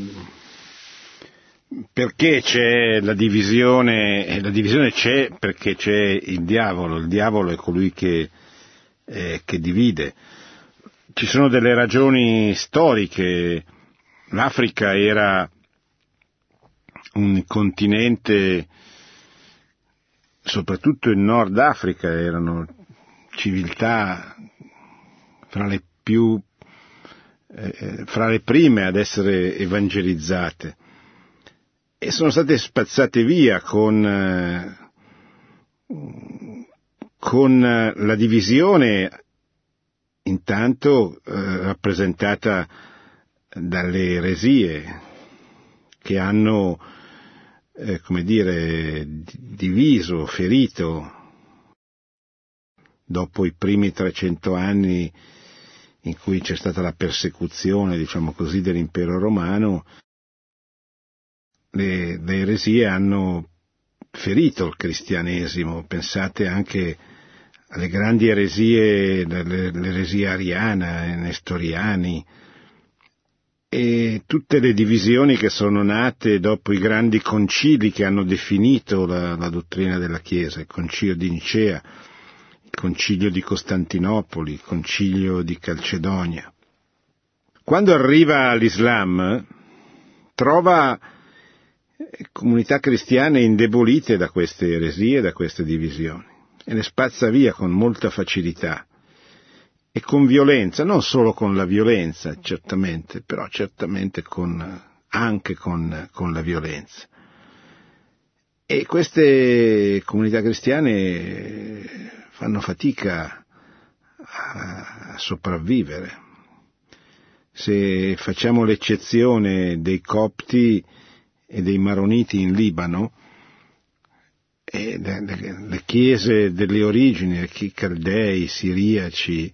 perché c'è la divisione, e la divisione c'è perché c'è il diavolo è colui che divide. Ci sono delle ragioni storiche, l'Africa era un continente, soprattutto il Nord Africa, erano civiltà fra le più fra le prime ad essere evangelizzate, e sono state spazzate via con la divisione intanto rappresentata dalle eresie che hanno diviso, ferito dopo i primi 300 anni in cui c'è stata la persecuzione, diciamo così, dell'impero romano. Le eresie hanno ferito il cristianesimo. Pensate anche alle grandi eresie, l'eresia ariana, i nestoriani, e tutte le divisioni che sono nate dopo i grandi concili che hanno definito la dottrina della Chiesa, il concilio di Nicea, il concilio di Costantinopoli, il concilio di Calcedonia. Quando arriva l'Islam, trova comunità cristiane indebolite da queste eresie, da queste divisioni, e le spazza via con molta facilità e con violenza, non solo con la violenza, certamente, però certamente anche con la violenza. E queste comunità cristiane fanno fatica a sopravvivere. Se facciamo l'eccezione dei copti e dei maroniti in Libano, e le chiese delle origini, i caldei, i siriaci,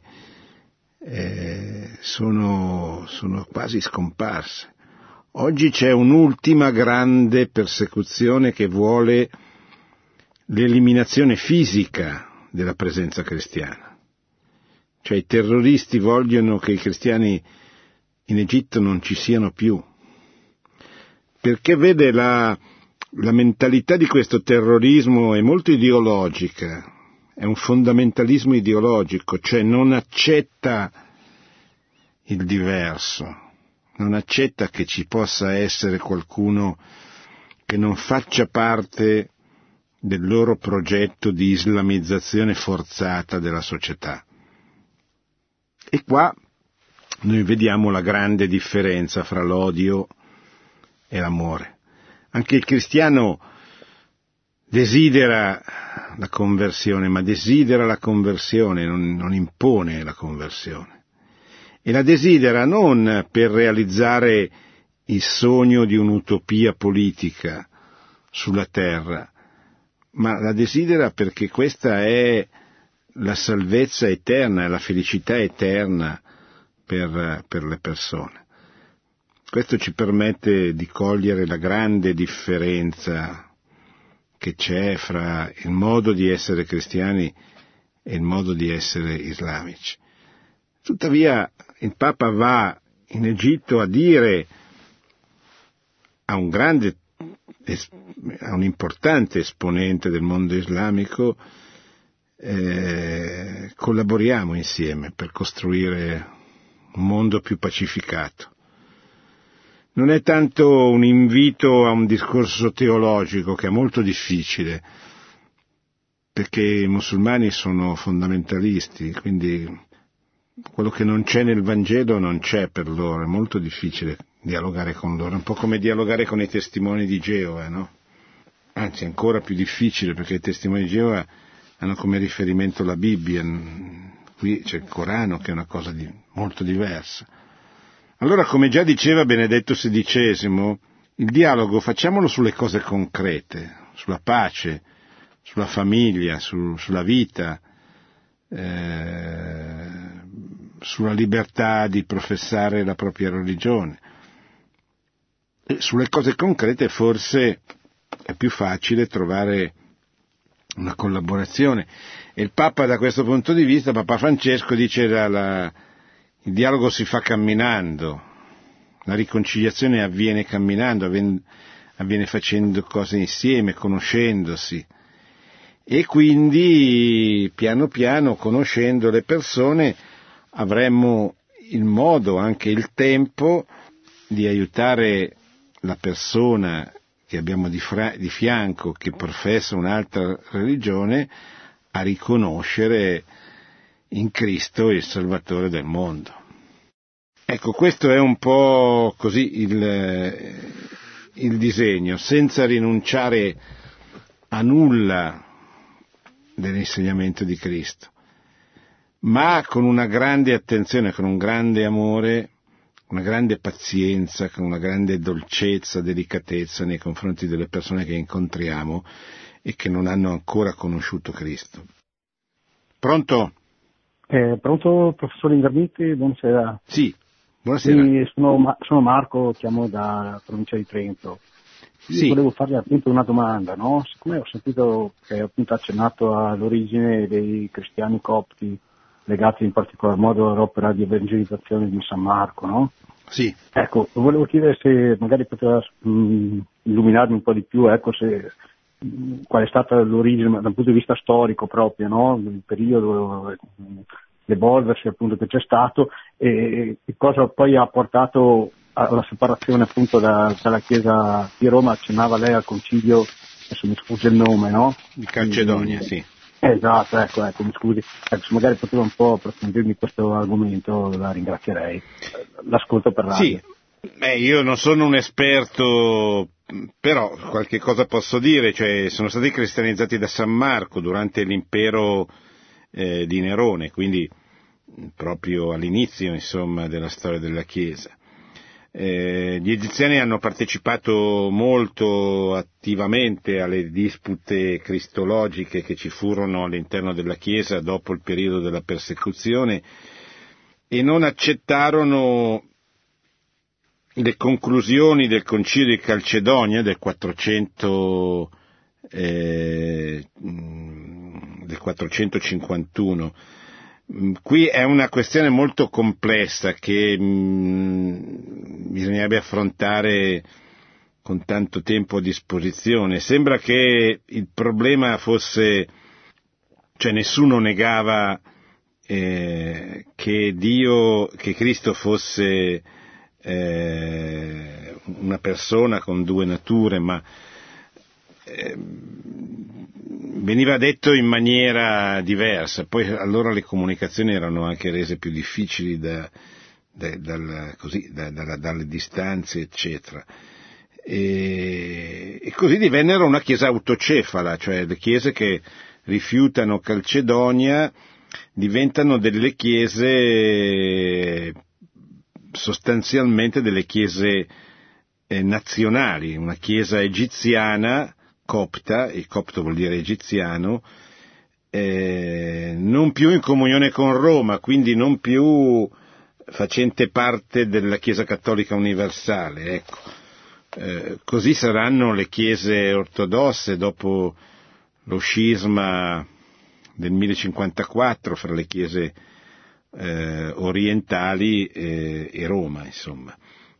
sono quasi scomparse. Oggi c'è un'ultima grande persecuzione che vuole l'eliminazione fisica della presenza cristiana. Cioè i terroristi vogliono che i cristiani in Egitto non ci siano più. Perché vede la mentalità di questo terrorismo è molto ideologica, è un fondamentalismo ideologico, cioè non accetta il diverso, non accetta che ci possa essere qualcuno che non faccia parte del loro progetto di islamizzazione forzata della società. E qua noi vediamo la grande differenza fra l'odio e l'amore. Anche il cristiano desidera la conversione, ma desidera la conversione, non impone la conversione. E la desidera non per realizzare il sogno di un'utopia politica sulla terra, ma la desidera perché questa è la salvezza eterna, è la felicità eterna per le persone. Questo ci permette di cogliere la grande differenza che c'è fra il modo di essere cristiani e il modo di essere islamici. Tuttavia il Papa va in Egitto a dire a un importante esponente del mondo islamico, collaboriamo insieme per costruire un mondo più pacificato. Non è tanto un invito a un discorso teologico, che è molto difficile, perché i musulmani sono fondamentalisti, quindi quello che non c'è nel Vangelo non c'è per loro, è molto difficile dialogare con loro, è un po' come dialogare con i testimoni di Geova, no? Anzi, è ancora più difficile, perché i testimoni di Geova hanno come riferimento la Bibbia, qui c'è il Corano, che è una cosa molto diversa. Allora, come già diceva Benedetto XVI, il dialogo facciamolo sulle cose concrete, sulla pace, sulla famiglia, sulla vita, sulla libertà di professare la propria religione. E sulle cose concrete forse è più facile trovare una collaborazione. E il Papa, da questo punto di vista, Papa Francesco, dice il dialogo si fa camminando, la riconciliazione avviene camminando, avviene facendo cose insieme, conoscendosi, e quindi piano piano, conoscendo le persone, avremmo il modo, anche il tempo, di aiutare la persona che abbiamo di fianco, che professa un'altra religione, a riconoscere in Cristo il Salvatore del mondo. Ecco, questo è un po' così il disegno, senza rinunciare a nulla dell'insegnamento di Cristo, ma con una grande attenzione, con un grande amore, una grande pazienza, con una grande dolcezza, delicatezza nei confronti delle persone che incontriamo e che non hanno ancora conosciuto Cristo. Pronto? Pronto, professor Ingarmiti, buonasera. Sì, buonasera. Sono Marco, chiamo da provincia di Trento. Io volevo farle appunto una domanda, no? Siccome ho sentito che appunto ha accennato all'origine dei cristiani copti, legati in particolar modo all'opera di evangelizzazione di San Marco, no? Sì. Ecco, volevo chiedere se magari poteva illuminarmi un po' di più, ecco, qual è stata l'origine dal punto di vista storico proprio, no? Il periodo, l'evolversi appunto che c'è stato e cosa poi ha portato alla separazione appunto dalla Chiesa di Roma. Accennava lei al concilio, adesso mi sfugge il nome, no? Di Calcedonia, sì. Esatto, ecco, mi scusi. Ecco, se magari poteva un po' approfondirmi questo argomento, la ringrazierei. L'ascolto per radio. Sì, io non sono un esperto, però qualche cosa posso dire, cioè sono stati cristianizzati da San Marco durante l'impero di Nerone, quindi proprio all'inizio, insomma, della storia della Chiesa. Gli egiziani hanno partecipato molto attivamente alle dispute cristologiche che ci furono all'interno della Chiesa dopo il periodo della persecuzione e non accettarono le conclusioni del Concilio di Calcedonia del 451. Qui è una questione molto complessa che bisognerebbe affrontare con tanto tempo a disposizione. Sembra che il problema fosse, cioè nessuno negava che Cristo fosse una persona con due nature, ma veniva detto in maniera diversa, poi allora le comunicazioni erano anche rese più difficili dalle distanze, eccetera. E così divennero una chiesa autocefala, cioè le chiese che rifiutano Calcedonia diventano delle chiese, sostanzialmente delle chiese nazionali, una chiesa egiziana copta, e copto vuol dire egiziano, non più in comunione con Roma, quindi non più facente parte della Chiesa Cattolica Universale, ecco. Così saranno le chiese ortodosse dopo lo scisma del 1054 fra le chiese orientali e Roma, insomma.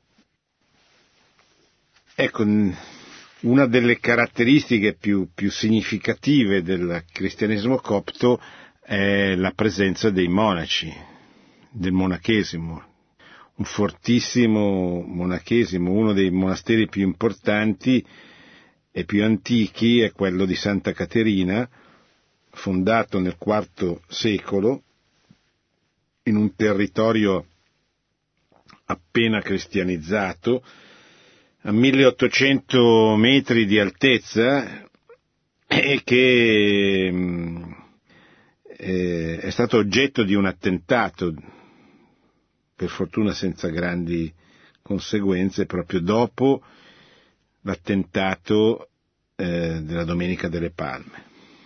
Ecco, una delle caratteristiche più significative del cristianesimo copto è la presenza dei monaci, del monachesimo, un fortissimo monachesimo. Uno dei monasteri più importanti e più antichi è quello di Santa Caterina, fondato nel IV secolo in un territorio appena cristianizzato, a 1800 metri di altezza, e che è stato oggetto di un attentato, per fortuna senza grandi conseguenze, proprio dopo l'attentato della Domenica delle Palme.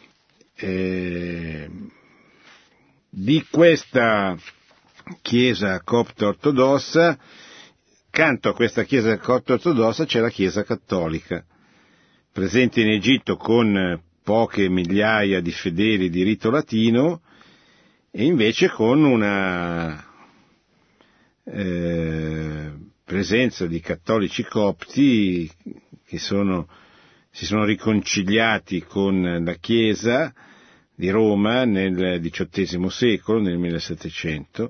Di questa chiesa copta ortodossa, accanto a questa chiesa copta ortodossa c'è la chiesa cattolica, presente in Egitto con poche migliaia di fedeli di rito latino e invece con una presenza di cattolici copti che si sono riconciliati con la Chiesa di Roma nel XVIII secolo, nel 1700,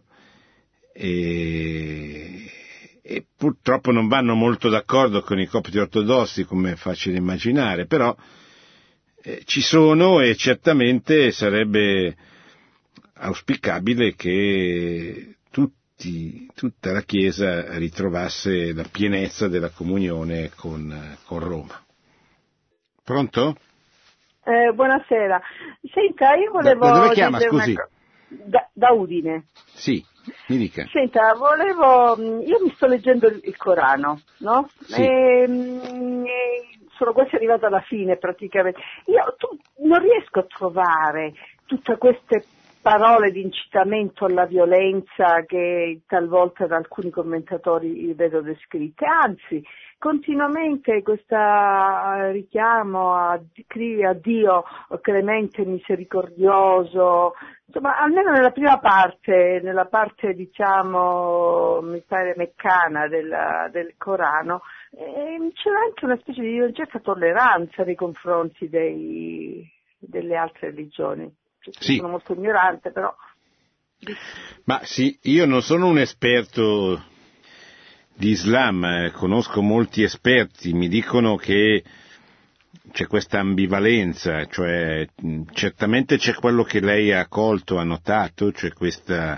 e purtroppo non vanno molto d'accordo con i copti ortodossi, come è facile immaginare, però ci sono, e certamente sarebbe auspicabile che tutta la Chiesa ritrovasse la pienezza della comunione con Roma. Pronto? Buonasera. Senta, io volevo... Da dove chiama, scusi? Da Udine. Sì, mi dica. Senta, io mi sto leggendo il Corano, no? Sì. Sono quasi arrivata alla fine praticamente. Non riesco a trovare tutte queste parole di incitamento alla violenza che talvolta da alcuni commentatori vedo descritte, anzi continuamente questo richiamo a Dio clemente, misericordioso, insomma almeno nella prima parte, nella parte diciamo mi pare meccana del Corano, c'è anche una specie di una certa tolleranza nei confronti delle altre religioni. Sì. Sono molto ignorante, però. Ma sì, io non sono un esperto di Islam, conosco molti esperti, mi dicono che c'è questa ambivalenza, cioè certamente c'è quello che lei ha colto, ha notato, cioè questa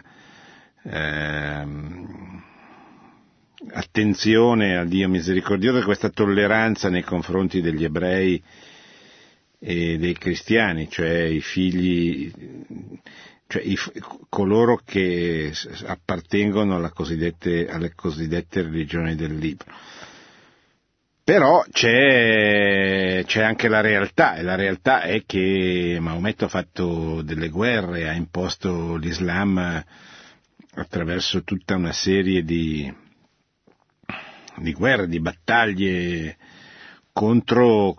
attenzione al Dio misericordioso, questa tolleranza nei confronti degli ebrei e dei cristiani, cioè i figli, cioè coloro che appartengono alle cosiddette religioni del libro. Però c'è anche la realtà, e la realtà è che Maometto ha fatto delle guerre, ha imposto l'Islam attraverso tutta una serie di guerre, di battaglie contro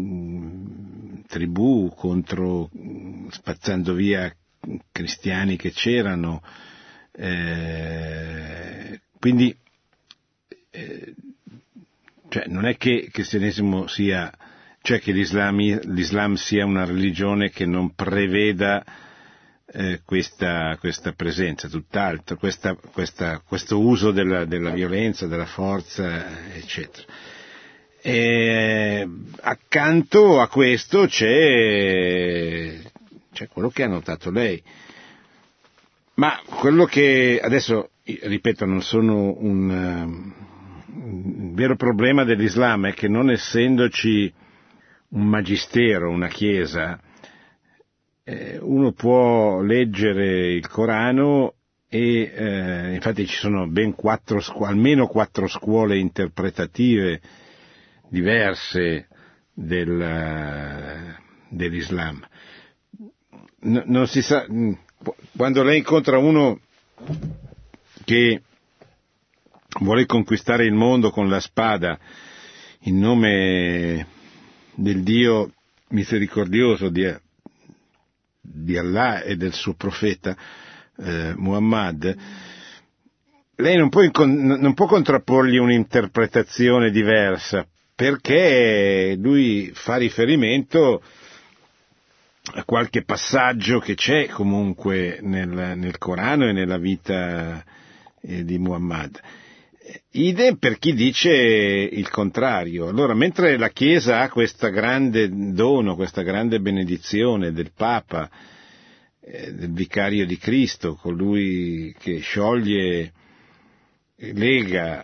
tribù, spazzando via cristiani che c'erano, quindi cioè non è che il cristianesimo sia, cioè che l'Islam sia una religione che non preveda questa presenza, tutt'altro, questo uso della violenza, della forza, eccetera. E accanto a questo c'è quello che ha notato lei, ma quello che adesso, ripeto, non sono un vero problema dell'Islam è che non essendoci un magistero, una chiesa, uno può leggere il Corano e infatti ci sono almeno 4 scuole interpretative diverse dell'Islam. Non si sa, quando lei incontra uno che vuole conquistare il mondo con la spada in nome del Dio misericordioso di Allah e del suo profeta Muhammad, lei non può contrapporgli un'interpretazione diversa, perché lui fa riferimento a qualche passaggio che c'è comunque nel Corano e nella vita di Muhammad. Idem per chi dice il contrario. Allora, mentre la Chiesa ha questa grande dono, questa grande benedizione del Papa, del Vicario di Cristo, colui che scioglie, lega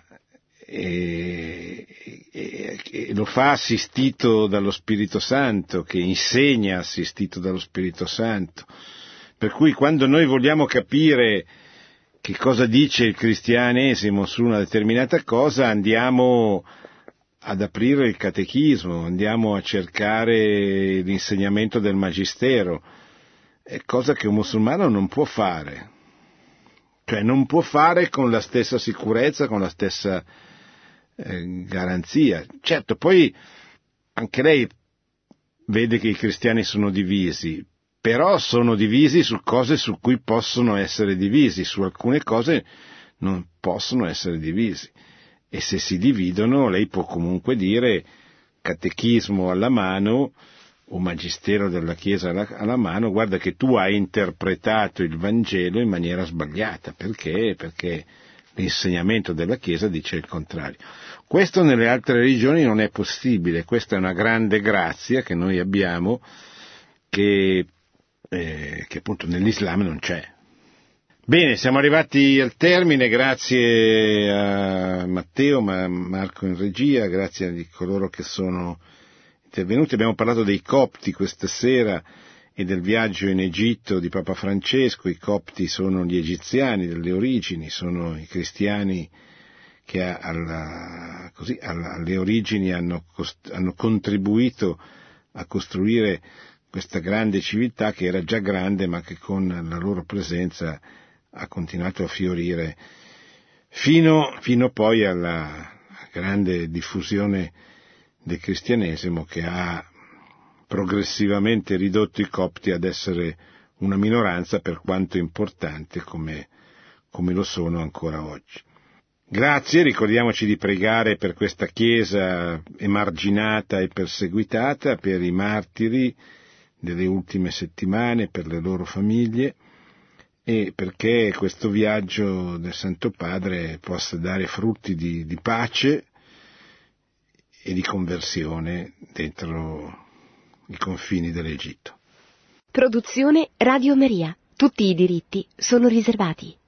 e lo fa assistito dallo Spirito Santo, che insegna assistito dallo Spirito Santo, per cui quando noi vogliamo capire che cosa dice il cristianesimo su una determinata cosa, andiamo ad aprire il catechismo, andiamo a cercare l'insegnamento del magistero, è cosa che un musulmano non può fare, cioè non può fare con la stessa sicurezza, con la stessa garanzia. Certo, poi anche lei vede che i cristiani sono divisi, però sono divisi su cose su cui possono essere divisi, su alcune cose non possono essere divisi, e se si dividono lei può comunque dire catechismo alla mano o magistero della Chiesa alla mano: guarda che tu hai interpretato il Vangelo in maniera sbagliata, perché l'insegnamento della Chiesa dice il contrario. Questo nelle altre religioni non è possibile, questa è una grande grazia che noi abbiamo, che appunto nell'Islam non c'è. Bene, siamo arrivati al termine, grazie a Matteo, Marco in regia, grazie a coloro che sono intervenuti. Abbiamo parlato dei copti questa sera e del viaggio in Egitto di Papa Francesco. I copti sono gli egiziani delle origini, sono i cristiani che alle origini hanno contribuito a costruire questa grande civiltà che era già grande ma che con la loro presenza ha continuato a fiorire fino poi alla grande diffusione del cristianesimo che ha progressivamente ridotto i copti ad essere una minoranza per quanto importante come lo sono ancora oggi. Grazie, ricordiamoci di pregare per questa Chiesa emarginata e perseguitata, per i martiri delle ultime settimane, per le loro famiglie e perché questo viaggio del Santo Padre possa dare frutti di pace e di conversione dentro i confini dell'Egitto. Produzione Radio Maria. Tutti i diritti sono riservati.